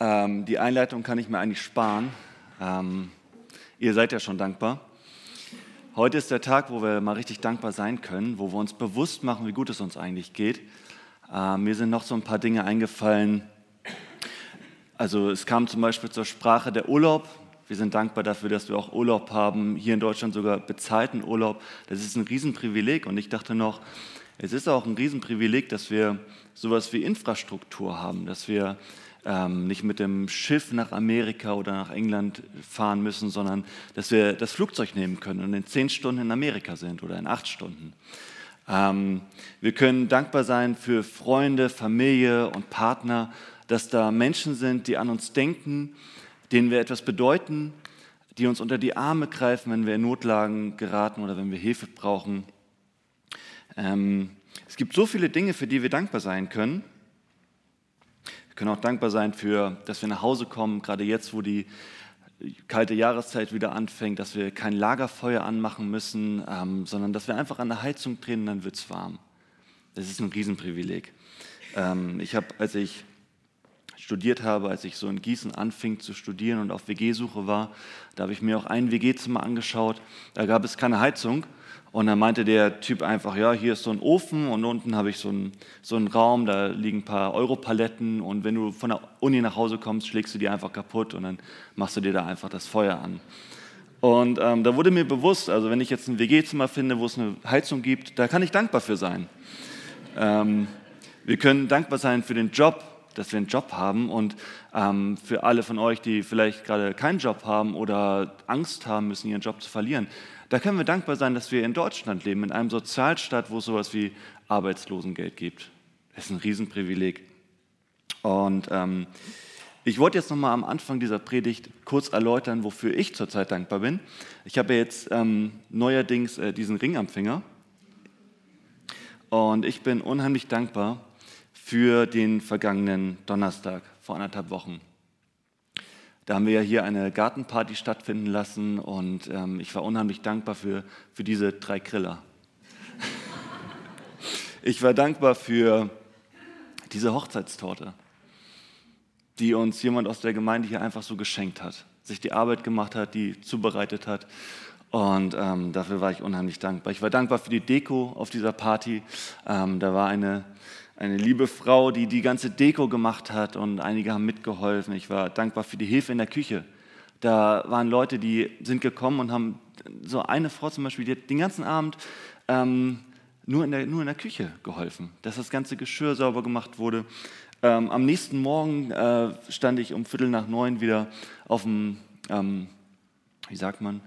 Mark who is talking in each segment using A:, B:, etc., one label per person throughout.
A: Die Einleitung kann ich mir eigentlich sparen. Ihr seid ja schon dankbar. Heute ist der Tag, wo wir mal richtig dankbar sein können, wo wir uns bewusst machen, wie gut es uns eigentlich geht. Mir sind noch so ein paar Dinge eingefallen. Also es kam zum Beispiel zur Sprache der Urlaub. Wir sind dankbar dafür, dass wir auch Urlaub haben, hier in Deutschland sogar bezahlten Urlaub. Das ist ein Riesenprivileg und ich dachte noch, es ist auch ein Riesenprivileg, dass wir sowas wie Infrastruktur haben, dass wir nicht mit dem Schiff nach Amerika oder nach England fahren müssen, sondern dass wir das Flugzeug nehmen können und in 10 Stunden in Amerika sind oder in 8 Stunden. Wir können dankbar sein für Freunde, Familie und Partner, dass da Menschen sind, die an uns denken, denen wir etwas bedeuten, die uns unter die Arme greifen, wenn wir in Notlagen geraten oder wenn wir Hilfe brauchen. Es gibt so viele Dinge, für die wir dankbar sein können. Wir können auch dankbar sein für, dass wir nach Hause kommen, gerade jetzt, wo die kalte Jahreszeit wieder anfängt, dass wir kein Lagerfeuer anmachen müssen, sondern dass wir einfach an der Heizung drehen und dann wird es warm. Das ist ein Riesenprivileg. Ich habe, als ich studiert habe, als ich so in Gießen anfing zu studieren und auf WG-Suche war, da habe ich mir auch ein WG-Zimmer angeschaut, da gab es keine Heizung. Und dann meinte der Typ einfach, ja, hier ist so ein Ofen und unten habe ich so einen Raum, da liegen ein paar Europaletten und wenn du von der Uni nach Hause kommst, schlägst du die einfach kaputt und dann machst du dir da einfach das Feuer an. Und da wurde mir bewusst, also wenn ich jetzt ein WG-Zimmer finde, wo es eine Heizung gibt, da kann ich dankbar für sein. Wir können dankbar sein für den Job, dass wir einen Job haben und für alle von euch, die vielleicht gerade keinen Job haben oder Angst haben müssen, ihren Job zu verlieren, da können wir dankbar sein, dass wir in Deutschland leben, in einem Sozialstaat, wo es sowas wie Arbeitslosengeld gibt. Das ist ein Riesenprivileg. Und ich wollte jetzt nochmal am Anfang dieser Predigt kurz erläutern, wofür ich zurzeit dankbar bin. Ich habe jetzt neuerdings diesen Ring am Finger und ich bin unheimlich dankbar für den vergangenen Donnerstag vor 1,5 Wochen. Da haben wir ja hier eine Gartenparty stattfinden lassen und ich war unheimlich dankbar für diese 3 Griller. Ich war dankbar für diese Hochzeitstorte, die uns jemand aus der Gemeinde hier einfach so geschenkt hat, sich die Arbeit gemacht hat, die zubereitet hat und dafür war ich unheimlich dankbar. Ich war dankbar für die Deko auf dieser Party. Da war eine liebe Frau, die die ganze Deko gemacht hat und einige haben mitgeholfen. Ich war dankbar für die Hilfe in der Küche. Da waren Leute, die sind gekommen und haben, so eine Frau zum Beispiel, die hat den ganzen Abend nur in der Küche geholfen, dass das ganze Geschirr sauber gemacht wurde. Am nächsten Morgen stand ich um 8:45 wieder auf dem, wie sagt man,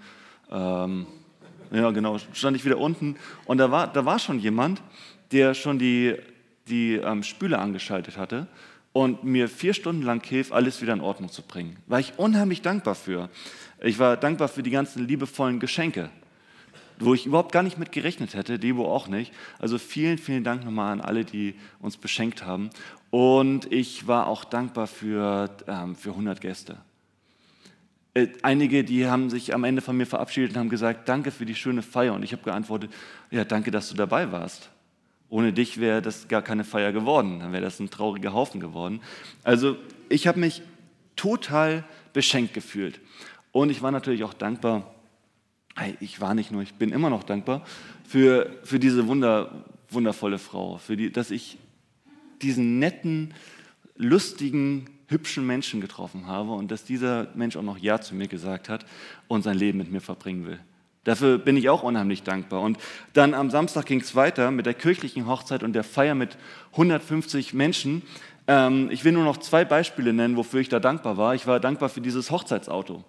A: ja genau, stand ich wieder unten und da war schon jemand, der schon die Spüle angeschaltet hatte und mir 4 Stunden lang hilft, alles wieder in Ordnung zu bringen. War ich unheimlich dankbar für. Ich war dankbar für die ganzen liebevollen Geschenke, wo ich überhaupt gar nicht mit gerechnet hätte, Debo auch nicht. Also vielen, vielen Dank nochmal an alle, die uns beschenkt haben. Und ich war auch dankbar für 100 Gäste. Einige, die haben sich am Ende von mir verabschiedet und haben gesagt, danke für die schöne Feier. Und ich habe geantwortet, ja, danke, dass du dabei warst. Ohne dich wäre das gar keine Feier geworden, dann wäre das ein trauriger Haufen geworden. Also ich habe mich total beschenkt gefühlt. Und ich war natürlich auch dankbar, ich bin immer noch dankbar für diese wundervolle Frau, dass ich diesen netten, lustigen, hübschen Menschen getroffen habe und dass dieser Mensch auch noch Ja zu mir gesagt hat und sein Leben mit mir verbringen will. Dafür bin ich auch unheimlich dankbar. Und dann am Samstag ging es weiter mit der kirchlichen Hochzeit und der Feier mit 150 Menschen. Ich will nur noch 2 Beispiele nennen, wofür ich da dankbar war. Ich war dankbar für dieses Hochzeitsauto.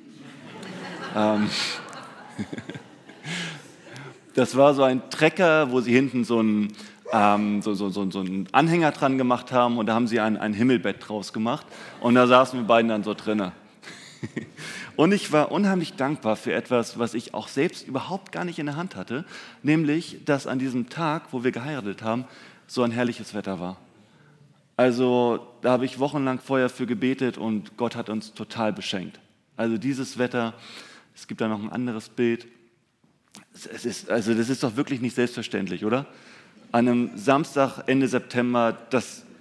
A: Das war so ein Trecker, wo sie hinten so einen Anhänger dran gemacht haben und da haben sie ein Himmelbett draus gemacht und da saßen wir beiden dann so drinne. Und ich war unheimlich dankbar für etwas, was ich auch selbst überhaupt gar nicht in der Hand hatte, nämlich, dass an diesem Tag, wo wir geheiratet haben, so ein herrliches Wetter war. Also da habe ich wochenlang vorher für gebetet und Gott hat uns total beschenkt. Also dieses Wetter, es gibt da noch ein anderes Bild. Das ist doch wirklich nicht selbstverständlich, oder? An einem Samstag Ende September,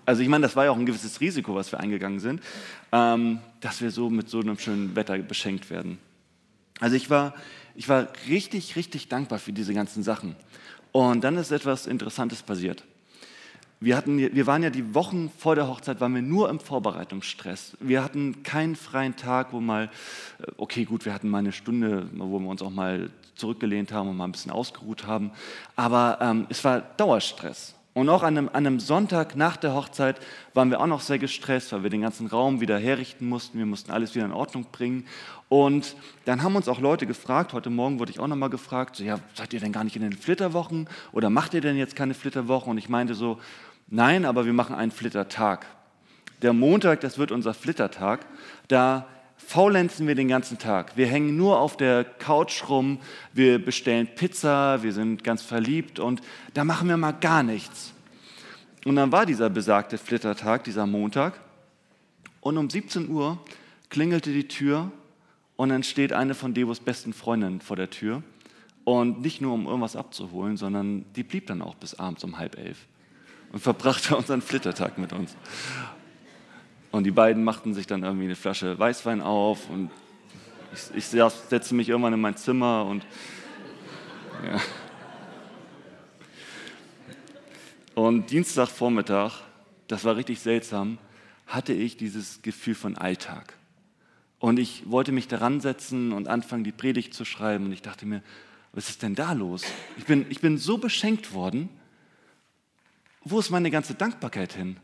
A: Also ich meine, das war ja auch ein gewisses Risiko, was wir eingegangen sind, dass wir so mit so einem schönen Wetter beschenkt werden. Also ich war richtig, richtig dankbar für diese ganzen Sachen. Und dann ist etwas Interessantes passiert. Wir waren ja die Wochen vor der Hochzeit, waren wir nur im Vorbereitungsstress. Wir hatten keinen freien Tag, wo mal, okay gut, wir hatten mal eine Stunde, wo wir uns auch mal zurückgelehnt haben und mal ein bisschen ausgeruht haben, aber es war Dauerstress. Und auch an einem Sonntag nach der Hochzeit waren wir auch noch sehr gestresst, weil wir den ganzen Raum wieder herrichten mussten. Wir mussten alles wieder in Ordnung bringen. Und dann haben uns auch Leute gefragt, heute Morgen wurde ich auch nochmal gefragt, so, ja, seid ihr denn gar nicht in den Flitterwochen oder macht ihr denn jetzt keine Flitterwochen? Und ich meinte so, nein, aber wir machen einen Flittertag. Der Montag, das wird unser Flittertag. Da faulenzen wir den ganzen Tag. Wir hängen nur auf der Couch rum, wir bestellen Pizza, wir sind ganz verliebt und da machen wir mal gar nichts. Und dann war dieser besagte Flittertag, dieser Montag, und um 17 Uhr klingelte die Tür und dann steht eine von Devos besten Freundinnen vor der Tür und nicht nur um irgendwas abzuholen, sondern die blieb dann auch bis abends um 10:30 und verbrachte unseren Flittertag mit uns. Und die beiden machten sich dann irgendwie eine Flasche Weißwein auf und ich setzte mich irgendwann in mein Zimmer und ja. Und Dienstagvormittag, das war richtig seltsam, hatte ich dieses Gefühl von Alltag. Und ich wollte mich daran setzen und anfangen, die Predigt zu schreiben und ich dachte mir, was ist denn da los? Ich bin so beschenkt worden, wo ist meine ganze Dankbarkeit hin?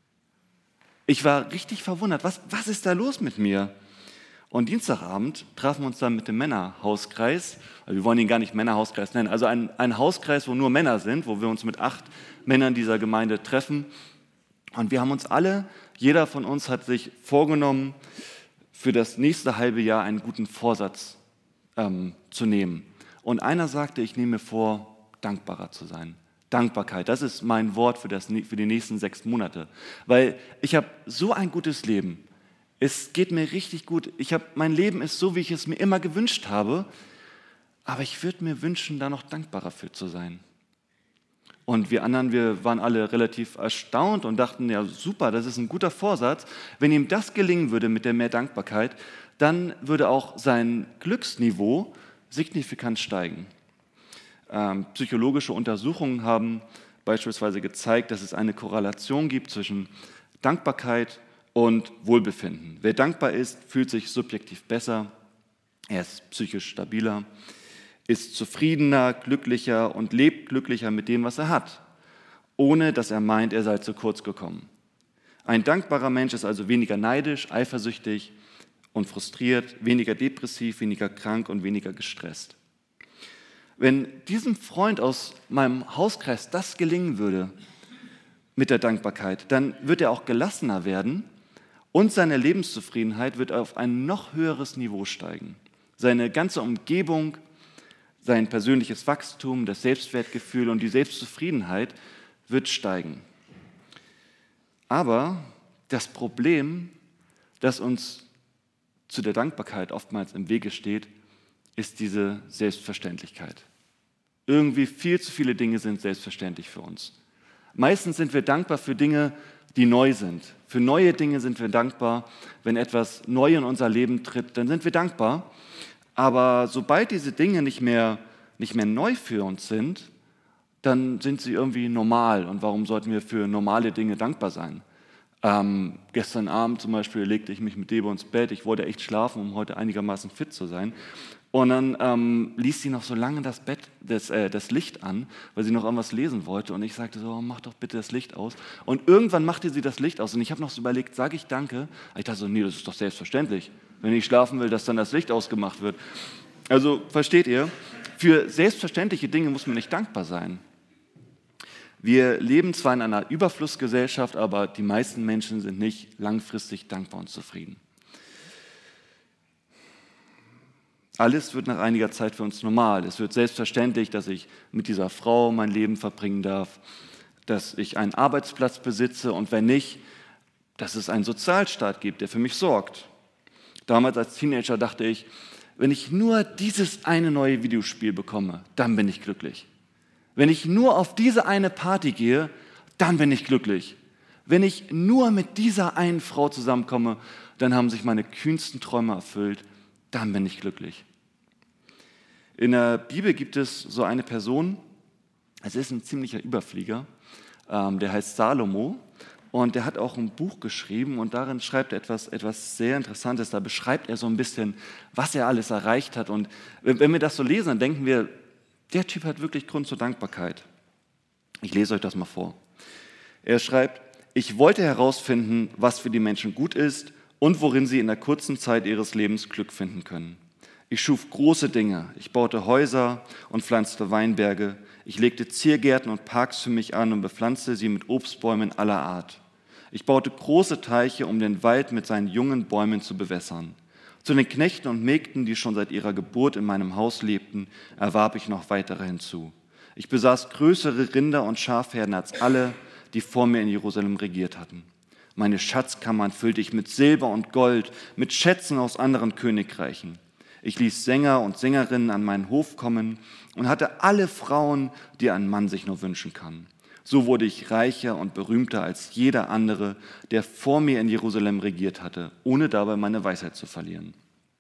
A: Ich war richtig verwundert, was ist da los mit mir? Und Dienstagabend trafen wir uns dann mit dem Männerhauskreis, also wir wollen ihn gar nicht Männerhauskreis nennen, also ein Hauskreis, wo nur Männer sind, wo wir uns mit 8 Männern dieser Gemeinde treffen. Und wir haben uns alle, jeder von uns hat sich vorgenommen, für das nächste halbe Jahr einen guten Vorsatz zu nehmen. Und einer sagte, ich nehme mir vor, dankbarer zu sein. Dankbarkeit, das ist mein Wort für die nächsten 6 Monate. Weil ich habe so ein gutes Leben. Es geht mir richtig gut. Mein Leben ist so, wie ich es mir immer gewünscht habe. Aber ich würde mir wünschen, da noch dankbarer für zu sein. Und wir anderen, wir waren alle relativ erstaunt und dachten, ja super, das ist ein guter Vorsatz. Wenn ihm das gelingen würde mit der mehr Dankbarkeit, dann würde auch sein Glücksniveau signifikant steigen. Psychologische Untersuchungen haben beispielsweise gezeigt, dass es eine Korrelation gibt zwischen Dankbarkeit und Wohlbefinden. Wer dankbar ist, fühlt sich subjektiv besser, er ist psychisch stabiler, ist zufriedener, glücklicher und lebt glücklicher mit dem, was er hat, ohne dass er meint, er sei zu kurz gekommen. Ein dankbarer Mensch ist also weniger neidisch, eifersüchtig und frustriert, weniger depressiv, weniger krank und weniger gestresst. Wenn diesem Freund aus meinem Hauskreis das gelingen würde mit der Dankbarkeit, dann wird er auch gelassener werden und seine Lebenszufriedenheit wird auf ein noch höheres Niveau steigen. Seine ganze Umgebung, sein persönliches Wachstum, das Selbstwertgefühl und die Selbstzufriedenheit wird steigen. Aber das Problem, das uns zu der Dankbarkeit oftmals im Wege steht, ist diese Selbstverständlichkeit. Irgendwie viel zu viele Dinge sind selbstverständlich für uns. Meistens sind wir dankbar für Dinge, die neu sind. Für neue Dinge sind wir dankbar. Wenn etwas neu in unser Leben tritt, dann sind wir dankbar. Aber sobald diese Dinge nicht mehr neu für uns sind, dann sind sie irgendwie normal. Und warum sollten wir für normale Dinge dankbar sein? Gestern Abend zum Beispiel legte ich mich mit Debo ins Bett. Ich wollte echt schlafen, um heute einigermaßen fit zu sein. Und dann ließ sie noch so lange das Licht an, weil sie noch irgendwas lesen wollte. Und ich sagte so, oh, mach doch bitte das Licht aus. Und irgendwann machte sie das Licht aus. Und ich habe noch so überlegt, sage ich danke? Ich dachte so, nee, das ist doch selbstverständlich. Wenn ich schlafen will, dass dann das Licht ausgemacht wird. Also versteht ihr, für selbstverständliche Dinge muss man nicht dankbar sein. Wir leben zwar in einer Überflussgesellschaft, aber die meisten Menschen sind nicht langfristig dankbar und zufrieden. Alles wird nach einiger Zeit für uns normal. Es wird selbstverständlich, dass ich mit dieser Frau mein Leben verbringen darf, dass ich einen Arbeitsplatz besitze und wenn nicht, dass es einen Sozialstaat gibt, der für mich sorgt. Damals als Teenager dachte ich, wenn ich nur dieses eine neue Videospiel bekomme, dann bin ich glücklich. Wenn ich nur auf diese eine Party gehe, dann bin ich glücklich. Wenn ich nur mit dieser einen Frau zusammenkomme, dann haben sich meine kühnsten Träume erfüllt, dann bin ich glücklich. In der Bibel gibt es so eine Person, es ist ein ziemlicher Überflieger, der heißt Salomo und der hat auch ein Buch geschrieben und darin schreibt er etwas sehr Interessantes. Da beschreibt er so ein bisschen, was er alles erreicht hat. Und wenn wir das so lesen, dann denken wir, der Typ hat wirklich Grund zur Dankbarkeit. Ich lese euch das mal vor. Er schreibt, ich wollte herausfinden, was für die Menschen gut ist und worin sie in der kurzen Zeit ihres Lebens Glück finden können. Ich schuf große Dinge, ich baute Häuser und pflanzte Weinberge, ich legte Ziergärten und Parks für mich an und bepflanzte sie mit Obstbäumen aller Art. Ich baute große Teiche, um den Wald mit seinen jungen Bäumen zu bewässern. Zu den Knechten und Mägden, die schon seit ihrer Geburt in meinem Haus lebten, erwarb ich noch weitere hinzu. Ich besaß größere Rinder und Schafherden als alle, die vor mir in Jerusalem regiert hatten. Meine Schatzkammern füllte ich mit Silber und Gold, mit Schätzen aus anderen Königreichen. Ich ließ Sänger und Sängerinnen an meinen Hof kommen und hatte alle Frauen, die ein Mann sich nur wünschen kann. So wurde ich reicher und berühmter als jeder andere, der vor mir in Jerusalem regiert hatte, ohne dabei meine Weisheit zu verlieren.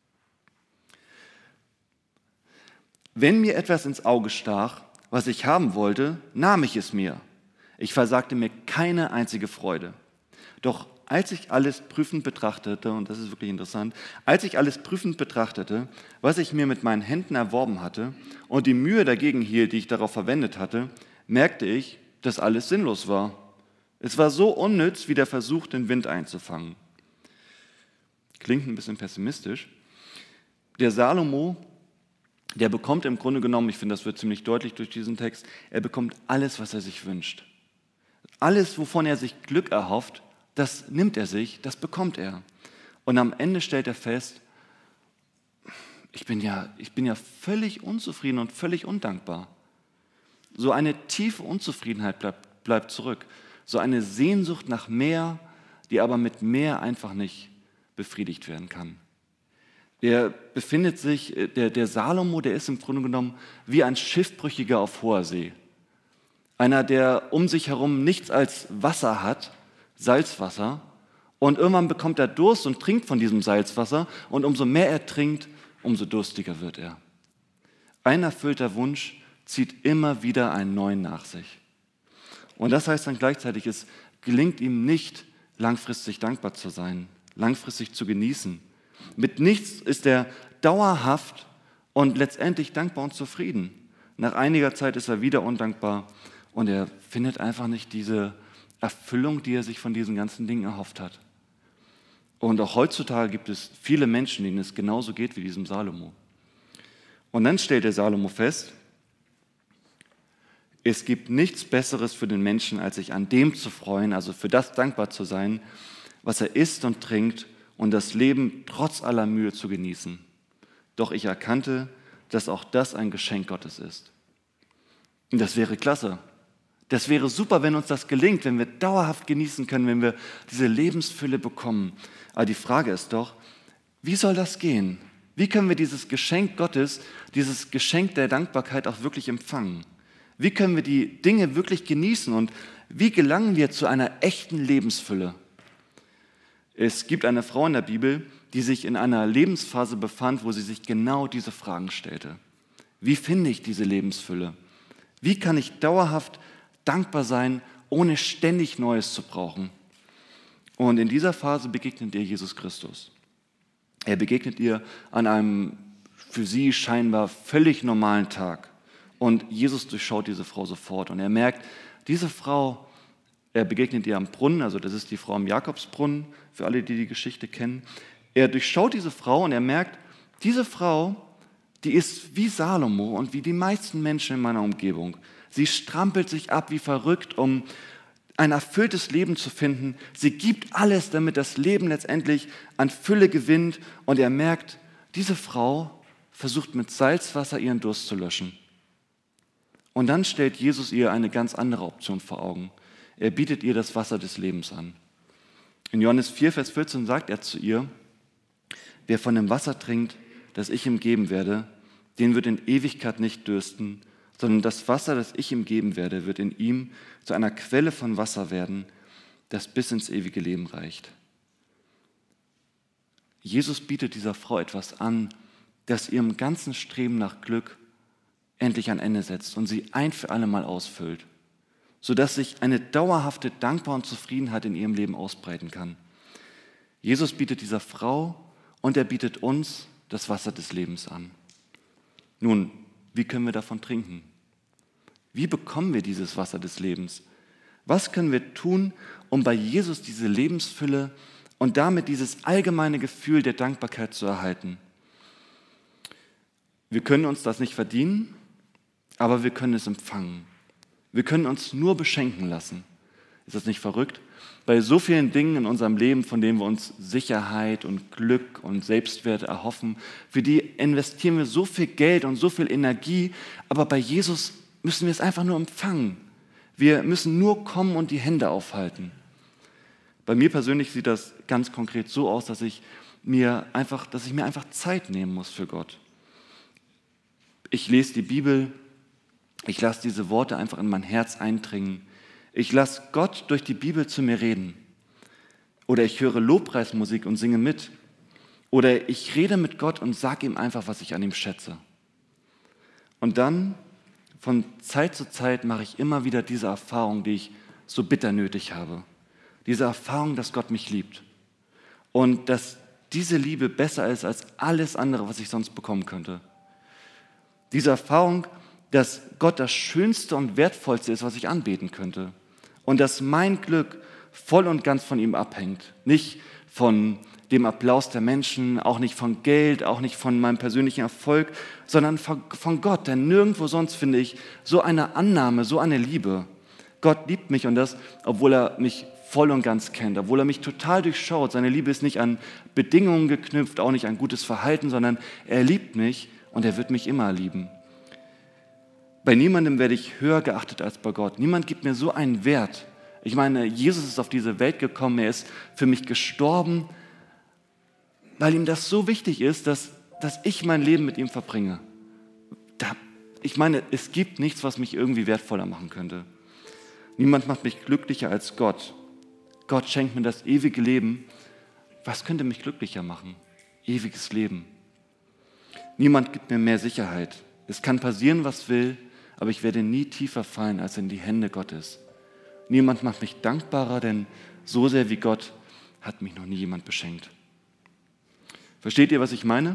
A: Wenn mir etwas ins Auge stach, was ich haben wollte, nahm ich es mir. Ich versagte mir keine einzige Freude. Doch als ich alles prüfend betrachtete, und das ist wirklich interessant, als ich alles prüfend betrachtete, was ich mir mit meinen Händen erworben hatte und die Mühe dagegen hielt, die ich darauf verwendet hatte, merkte ich, dass alles sinnlos war. Es war so unnütz, wie der Versuch, den Wind einzufangen. Klingt ein bisschen pessimistisch. Der Salomo, der bekommt im Grunde genommen, ich finde, das wird ziemlich deutlich durch diesen Text, er bekommt alles, was er sich wünscht. Alles, wovon er sich Glück erhofft, das nimmt er sich, das bekommt er. Und am Ende stellt er fest, ich bin ja völlig unzufrieden und völlig undankbar. So eine tiefe Unzufriedenheit bleibt zurück. So eine Sehnsucht nach mehr, die aber mit mehr einfach nicht befriedigt werden kann. Der Salomo, der ist im Grunde genommen wie ein Schiffbrüchiger auf hoher See. Einer, der um sich herum nichts als Wasser hat, Salzwasser, und irgendwann bekommt er Durst und trinkt von diesem Salzwasser und umso mehr er trinkt, umso durstiger wird er. Ein erfüllter Wunsch zieht immer wieder einen neuen nach sich. Und das heißt dann gleichzeitig, es gelingt ihm nicht, langfristig dankbar zu sein, langfristig zu genießen. Mit nichts ist er dauerhaft und letztendlich dankbar und zufrieden. Nach einiger Zeit ist er wieder undankbar und er findet einfach nicht diese Erfüllung, die er sich von diesen ganzen Dingen erhofft hat. Und auch heutzutage gibt es viele Menschen, denen es genauso geht wie diesem Salomo. Und dann stellt der Salomo fest, es gibt nichts Besseres für den Menschen, als sich an dem zu freuen, also für das dankbar zu sein, was er isst und trinkt und das Leben trotz aller Mühe zu genießen. Doch ich erkannte, dass auch das ein Geschenk Gottes ist. Und das wäre klasse. Das wäre super, wenn uns das gelingt, wenn wir dauerhaft genießen können, wenn wir diese Lebensfülle bekommen. Aber die Frage ist doch, wie soll das gehen? Wie können wir dieses Geschenk Gottes, dieses Geschenk der Dankbarkeit auch wirklich empfangen? Wie können wir die Dinge wirklich genießen und wie gelangen wir zu einer echten Lebensfülle? Es gibt eine Frau in der Bibel, die sich in einer Lebensphase befand, wo sie sich genau diese Fragen stellte. Wie finde ich diese Lebensfülle? Wie kann ich dauerhaft dankbar sein, ohne ständig Neues zu brauchen? Und in dieser Phase begegnet ihr Jesus Christus. Er begegnet ihr an einem für sie scheinbar völlig normalen Tag. Und Jesus durchschaut diese Frau sofort und er merkt, diese Frau, er begegnet ihr am Brunnen, also das ist die Frau am Jakobsbrunnen, für alle, die die Geschichte kennen. Er durchschaut diese Frau und er merkt, diese Frau, die ist wie Salomo und wie die meisten Menschen in meiner Umgebung. Sie strampelt sich ab wie verrückt, um ein erfülltes Leben zu finden. Sie gibt alles, damit das Leben letztendlich an Fülle gewinnt. Und er merkt, diese Frau versucht mit Salzwasser ihren Durst zu löschen. Und dann stellt Jesus ihr eine ganz andere Option vor Augen. Er bietet ihr das Wasser des Lebens an. In Johannes 4, Vers 14 sagt er zu ihr, wer von dem Wasser trinkt, das ich ihm geben werde, den wird in Ewigkeit nicht dürsten, sondern das Wasser, das ich ihm geben werde, wird in ihm zu einer Quelle von Wasser werden, das bis ins ewige Leben reicht. Jesus bietet dieser Frau etwas an, das ihrem ganzen Streben nach Glück endlich ein Ende setzt und sie ein für alle Mal ausfüllt, sodass sich eine dauerhafte Dankbarkeit und Zufriedenheit in ihrem Leben ausbreiten kann. Jesus bietet dieser Frau und er bietet uns das Wasser des Lebens an. Nun, wie können wir davon trinken? Wie bekommen wir dieses Wasser des Lebens? Was können wir tun, um bei Jesus diese Lebensfülle und damit dieses allgemeine Gefühl der Dankbarkeit zu erhalten? Wir können uns das nicht verdienen, aber wir können es empfangen. Wir können uns nur beschenken lassen. Ist das nicht verrückt? Bei so vielen Dingen in unserem Leben, von denen wir uns Sicherheit und Glück und Selbstwert erhoffen, für die investieren wir so viel Geld und so viel Energie, aber bei Jesus müssen wir es einfach nur empfangen. Wir müssen nur kommen und die Hände aufhalten. Bei mir persönlich sieht das ganz konkret so aus, dass ich mir einfach Zeit nehmen muss für Gott. Ich lese die Bibel, ich lasse diese Worte einfach in mein Herz eindringen. Ich lasse Gott durch die Bibel zu mir reden. Oder ich höre Lobpreismusik und singe mit. Oder ich rede mit Gott und sage ihm einfach, was ich an ihm schätze. Und dann, von Zeit zu Zeit, mache ich immer wieder diese Erfahrung, die ich so bitter nötig habe. Diese Erfahrung, dass Gott mich liebt. Und dass diese Liebe besser ist als alles andere, was ich sonst bekommen könnte. Diese Erfahrung, dass Gott das Schönste und Wertvollste ist, was ich anbeten könnte. Und dass mein Glück voll und ganz von ihm abhängt. Nicht von dem Applaus der Menschen, auch nicht von Geld, auch nicht von meinem persönlichen Erfolg, sondern von Gott. Denn nirgendwo sonst finde ich so eine Annahme, so eine Liebe. Gott liebt mich und das, obwohl er mich voll und ganz kennt, obwohl er mich total durchschaut. Seine Liebe ist nicht an Bedingungen geknüpft, auch nicht an gutes Verhalten, sondern er liebt mich und er wird mich immer lieben. Bei niemandem werde ich höher geachtet als bei Gott. Niemand gibt mir so einen Wert. Ich meine, Jesus ist auf diese Welt gekommen, er ist für mich gestorben, weil ihm das so wichtig ist, dass ich mein Leben mit ihm verbringe. Ich meine, es gibt nichts, was mich irgendwie wertvoller machen könnte. Niemand macht mich glücklicher als Gott. Gott schenkt mir das ewige Leben. Was könnte mich glücklicher machen? Ewiges Leben. Niemand gibt mir mehr Sicherheit. Es kann passieren, was will, aber ich werde nie tiefer fallen als in die Hände Gottes. Niemand macht mich dankbarer, denn so sehr wie Gott hat mich noch nie jemand beschenkt. Versteht ihr, was ich meine?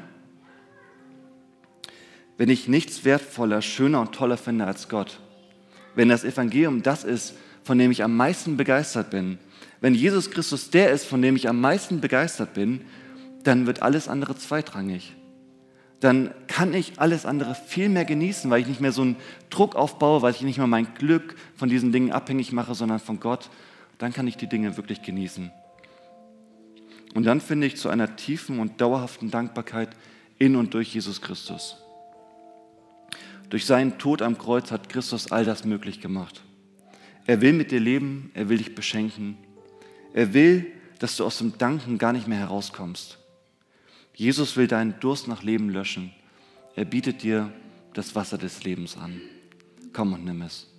A: Wenn ich nichts wertvoller, schöner und toller finde als Gott, wenn das Evangelium das ist, von dem ich am meisten begeistert bin, wenn Jesus Christus der ist, von dem ich am meisten begeistert bin, dann wird alles andere zweitrangig. Dann kann ich alles andere viel mehr genießen, weil ich nicht mehr so einen Druck aufbaue, weil ich nicht mehr mein Glück von diesen Dingen abhängig mache, sondern von Gott. Dann kann ich die Dinge wirklich genießen. Und dann finde ich zu einer tiefen und dauerhaften Dankbarkeit in und durch Jesus Christus. Durch seinen Tod am Kreuz hat Christus all das möglich gemacht. Er will mit dir leben, er will dich beschenken. Er will, dass du aus dem Danken gar nicht mehr herauskommst. Jesus will deinen Durst nach Leben löschen. Er bietet dir das Wasser des Lebens an. Komm und nimm es.